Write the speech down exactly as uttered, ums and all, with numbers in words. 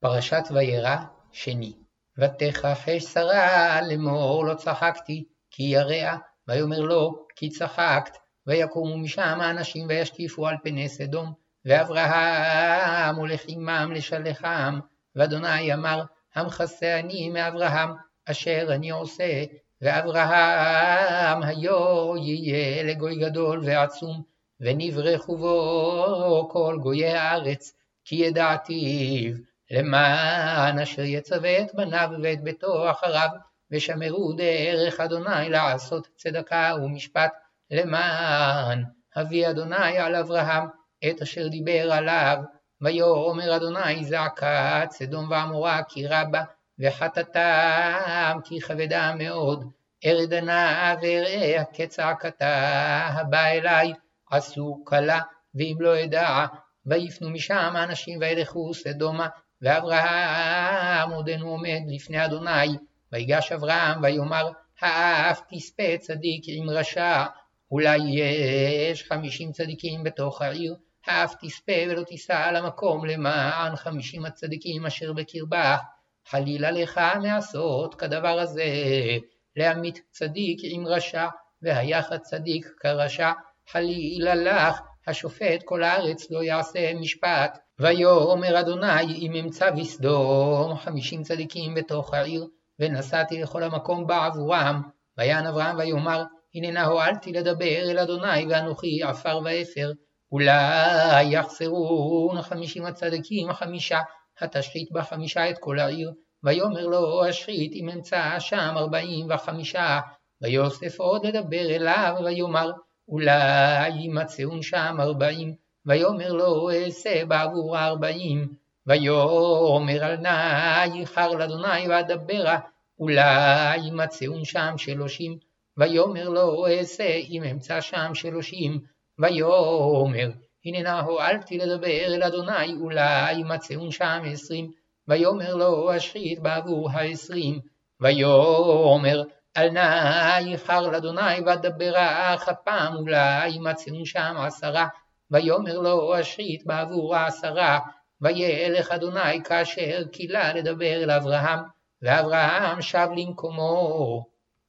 פרשת וירא שני. ותכחש שרה לאמור לא צחקתי כי יראה, ויאמר לו כי צחקת. ויקומו משם האנשים וישקיפו על פני סדום, ואברהם הולך עמם לשלחם. ואדוני אמר המחסה אני מאברהם אשר אני עושה, ואברהם היו יהיה לגוי גדול ועצום, ונברכו בו כל גויי הארץ, כי ידעתיו למען אשר יצווה את בניו ואת ביתו אחריו, ושמרו דרך אדוני לעשות צדקה ומשפט, למען הביא אדוני על אברהם את אשר דיבר עליו. ויאמר אדוני זעקת סדום ועמורה כי רבה, וחטאתם כי כבדה מאוד. ארד נא ואראה כצעקתה הבא אלי, עשו קלה ואם לא אדע. ויפנו משם האנשים וילכו סדומה, ואברהם עודנו עומד לפני אדוני. ויגש אברהם ויאמר האף תספה צדיק עם רשע, אולי יש חמישים צדיקים בתוך העיר, האף תספה ולא תיסע על המקום למען חמישים הצדיקים אשר בקרבה. חלילה לך מעשות כדבר הזה, להמית צדיק עם רשע, והיחד צדיק כרשע. חלילה לך, השופט כל הארץ לא יעשה משפט. ויאמר אדוני אם אמצא בסדום חמישים צדיקים בתוך העיר, ונסעתי לכל המקום בעבורם. ויען אברהם ויאמר הננה הועלתי לדבר אל אדוני, ואנוכי עפר ואפר. אולי יחסרון חמישים הצדיקים החמישה, התשחית בחמישה את כל העיר. ויאמר לו אשחית אם אמצא שם ארבעים וחמישה. ויוסף עוד לדבר אליו ויאמר אולי ימצאון שם ארבעים. ויאמר לו אעשה בעבור הארבעים. ויאמר אל נא ייחר לאדוני ואדברה, אולי ימצאון שם שלושים. ויאמר לו אעשה אם אמצא שם שלושים. ויאמר הננה הועלתי לדבר אל אדוני, אולי ימצאון שם עשרים. ויאמר לו אשחית בעבור העשרים. ויאמר אל נא ייחר לאדוני ואדברה אך הפעם, אולי ימצאון שם עשרה. ויאמר לו אשחית בעבור העשרה. וילך אדוני כאשר קילה לדבר אל אברהם, ואברהם שב למקומו.